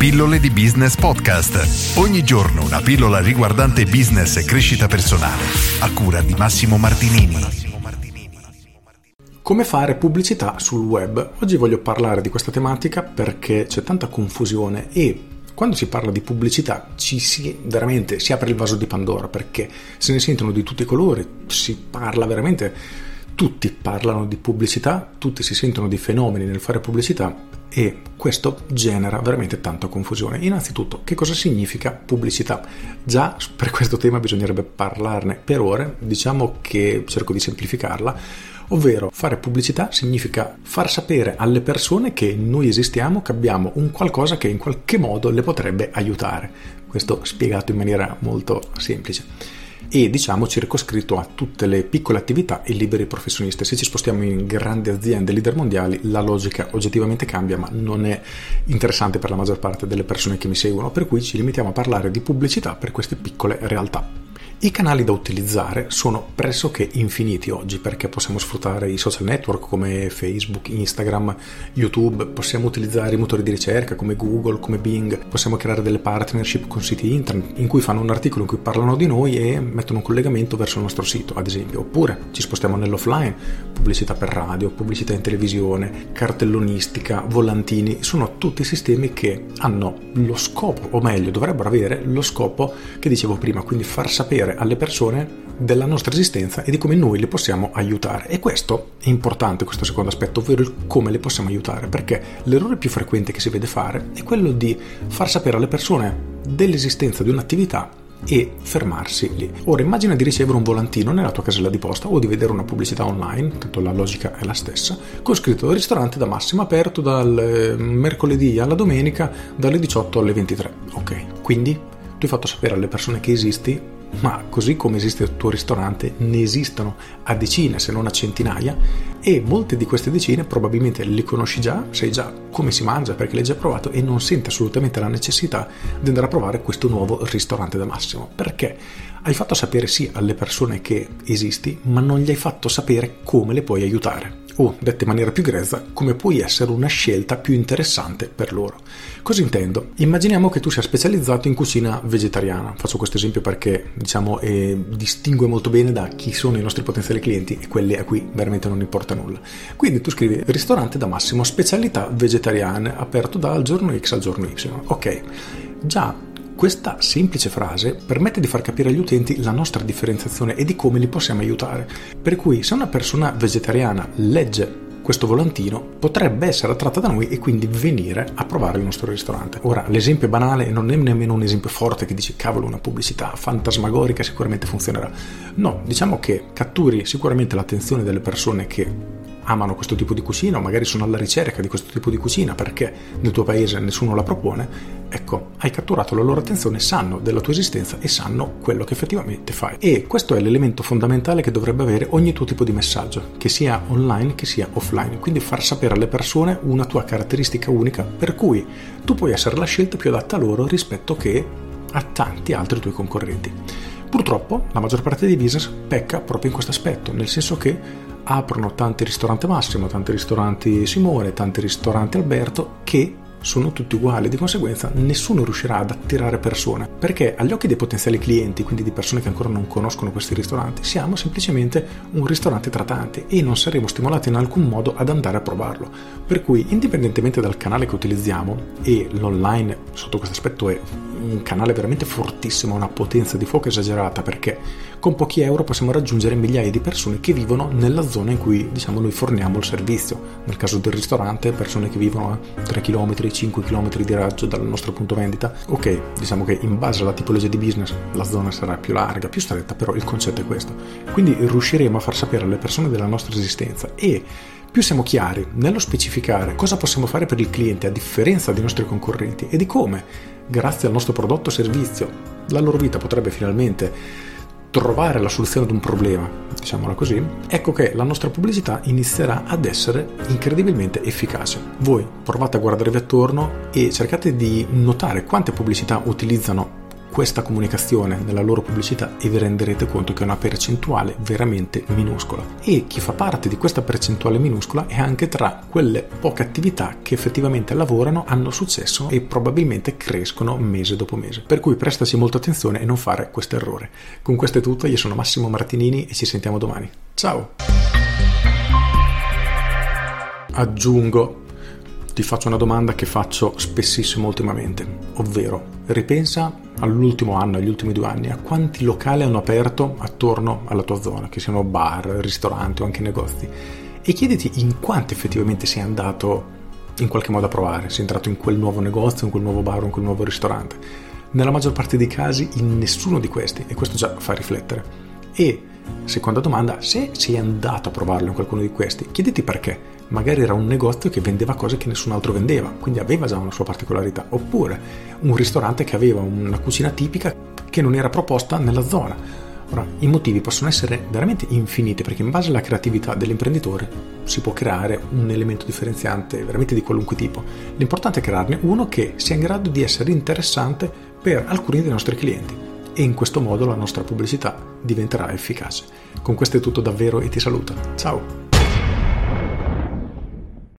Pillole di Business Podcast. Ogni giorno una pillola riguardante business e crescita personale. A cura di Massimo Martinini. Come fare pubblicità sul web? Oggi voglio parlare di questa tematica perché c'è tanta confusione e quando si parla di pubblicità si apre il vaso di Pandora, perché se ne sentono di tutti i colori, tutti parlano di pubblicità, tutti si sentono di fenomeni nel fare pubblicità e questo genera veramente tanta confusione. Innanzitutto, che cosa significa pubblicità? Già per questo tema bisognerebbe parlarne per ore, diciamo che cerco di semplificarla, ovvero fare pubblicità significa far sapere alle persone che noi esistiamo, che abbiamo un qualcosa che in qualche modo le potrebbe aiutare. Questo spiegato in maniera molto semplice. E circoscritto a tutte le piccole attività e liberi professionisti. Se ci spostiamo in grandi aziende, leader mondiali, la logica oggettivamente cambia, ma non è interessante per la maggior parte delle persone che mi seguono, per cui ci limitiamo a parlare di pubblicità per queste piccole realtà. I canali da utilizzare sono pressoché infiniti oggi, perché possiamo sfruttare i social network come Facebook, Instagram, YouTube, possiamo utilizzare i motori di ricerca come Google, come Bing, possiamo creare delle partnership con siti internet in cui fanno un articolo in cui parlano di noi e mettono un collegamento verso il nostro sito, ad esempio. Oppure ci spostiamo nell'offline, pubblicità per radio, pubblicità in televisione, cartellonistica, volantini, sono tutti sistemi che hanno lo scopo, o meglio dovrebbero avere lo scopo che dicevo prima, quindi far sapere alle persone della nostra esistenza e di come noi le possiamo aiutare. E questo è importante, questo secondo aspetto, ovvero il come le possiamo aiutare, perché l'errore più frequente che si vede fare è quello di far sapere alle persone dell'esistenza di un'attività e fermarsi lì. Ora immagina di ricevere un volantino nella tua casella di posta o di vedere una pubblicità online, tanto la logica è la stessa, con scritto ristorante da Massimo aperto dal mercoledì alla domenica dalle 18 alle 23. Ok, quindi tu hai fatto sapere alle persone che esisti, ma così come esiste il tuo ristorante ne esistono a decine se non a centinaia e molte di queste decine probabilmente le conosci già, sai già come si mangia perché l'hai già provato e non senti assolutamente la necessità di andare a provare questo nuovo ristorante da Massimo, perché hai fatto sapere sì alle persone che esisti, ma non gli hai fatto sapere come le puoi aiutare. O, detta in maniera più grezza, come puoi essere una scelta più interessante per loro. Cosa intendo? Immaginiamo che tu sia specializzato in cucina vegetariana. Faccio questo esempio perché, distingue molto bene da chi sono i nostri potenziali clienti e quelli a cui veramente non importa nulla. Quindi tu scrivi ristorante da Massimo, specialità vegetariane, aperto dal giorno X al giorno Y. Ok, già questa semplice frase permette di far capire agli utenti la nostra differenziazione e di come li possiamo aiutare. Per cui se una persona vegetariana legge questo volantino potrebbe essere attratta da noi e quindi venire a provare il nostro ristorante. Ora, l'esempio è banale e non è nemmeno un esempio forte che dici cavolo, una pubblicità fantasmagorica sicuramente funzionerà. No, diciamo che catturi sicuramente l'attenzione delle persone che amano questo tipo di cucina o magari sono alla ricerca di questo tipo di cucina perché nel tuo paese nessuno la propone. Ecco, hai catturato la loro attenzione, sanno della tua esistenza e sanno quello che effettivamente fai. E questo è l'elemento fondamentale che dovrebbe avere ogni tuo tipo di messaggio, che sia online che sia offline. Quindi far sapere alle persone una tua caratteristica unica per cui tu puoi essere la scelta più adatta a loro rispetto che a tanti altri tuoi concorrenti. Purtroppo la maggior parte dei business pecca proprio in questo aspetto, nel senso che aprono tanti ristoranti Massimo, tanti ristoranti Simone, tanti ristoranti Alberto che sono tutti uguali, di conseguenza nessuno riuscirà ad attirare persone, perché agli occhi dei potenziali clienti, quindi di persone che ancora non conoscono questi ristoranti, siamo semplicemente un ristorante tra tanti e non saremo stimolati in alcun modo ad andare a provarlo. Per cui, indipendentemente dal canale che utilizziamo, e l'online sotto questo aspetto è un canale veramente fortissimo, una potenza di fuoco esagerata, perché con pochi euro possiamo raggiungere migliaia di persone che vivono nella zona in cui noi forniamo il servizio. Nel caso del ristorante, persone che vivono a 3 km, 5 km di raggio dal nostro punto vendita. Ok, diciamo che in base alla tipologia di business la zona sarà più larga, più stretta, però il concetto è questo. Quindi riusciremo a far sapere alle persone della nostra esistenza e più siamo chiari nello specificare cosa possiamo fare per il cliente a differenza dei nostri concorrenti e di come, grazie al nostro prodotto o servizio, la loro vita potrebbe finalmente trovare la soluzione ad un problema, diciamola così, ecco che la nostra pubblicità inizierà ad essere incredibilmente efficace. Voi provate a guardarvi attorno e cercate di notare quante pubblicità utilizzano questa comunicazione nella loro pubblicità e vi renderete conto che è una percentuale veramente minuscola. E chi fa parte di questa percentuale minuscola è anche tra quelle poche attività che effettivamente lavorano, hanno successo e probabilmente crescono mese dopo mese. Per cui prestaci molta attenzione e non fare questo errore. Con questo è tutto, io sono Massimo Martinini e ci sentiamo domani. Ciao! Aggiungo, ti faccio una domanda che faccio spessissimo ultimamente, ovvero ripensa all'ultimo anno, agli ultimi 2 anni, a quanti locali hanno aperto attorno alla tua zona, che siano bar, ristoranti o anche negozi, e chiediti in quanti effettivamente sei andato in qualche modo a provare, sei entrato in quel nuovo negozio, in quel nuovo bar o in quel nuovo ristorante. Nella maggior parte dei casi in nessuno di questi, e questo già fa riflettere. E seconda domanda, se sei andato a provarlo in qualcuno di questi, chiediti perché. Magari era un negozio che vendeva cose che nessun altro vendeva, quindi aveva già una sua particolarità, oppure un ristorante che aveva una cucina tipica che non era proposta nella zona. Ora, i motivi possono essere veramente infiniti, perché in base alla creatività dell'imprenditore si può creare un elemento differenziante veramente di qualunque tipo. L'importante è crearne uno che sia in grado di essere interessante per alcuni dei nostri clienti, e in questo modo la nostra pubblicità diventerà efficace. Con questo è tutto davvero e ti saluto. Ciao!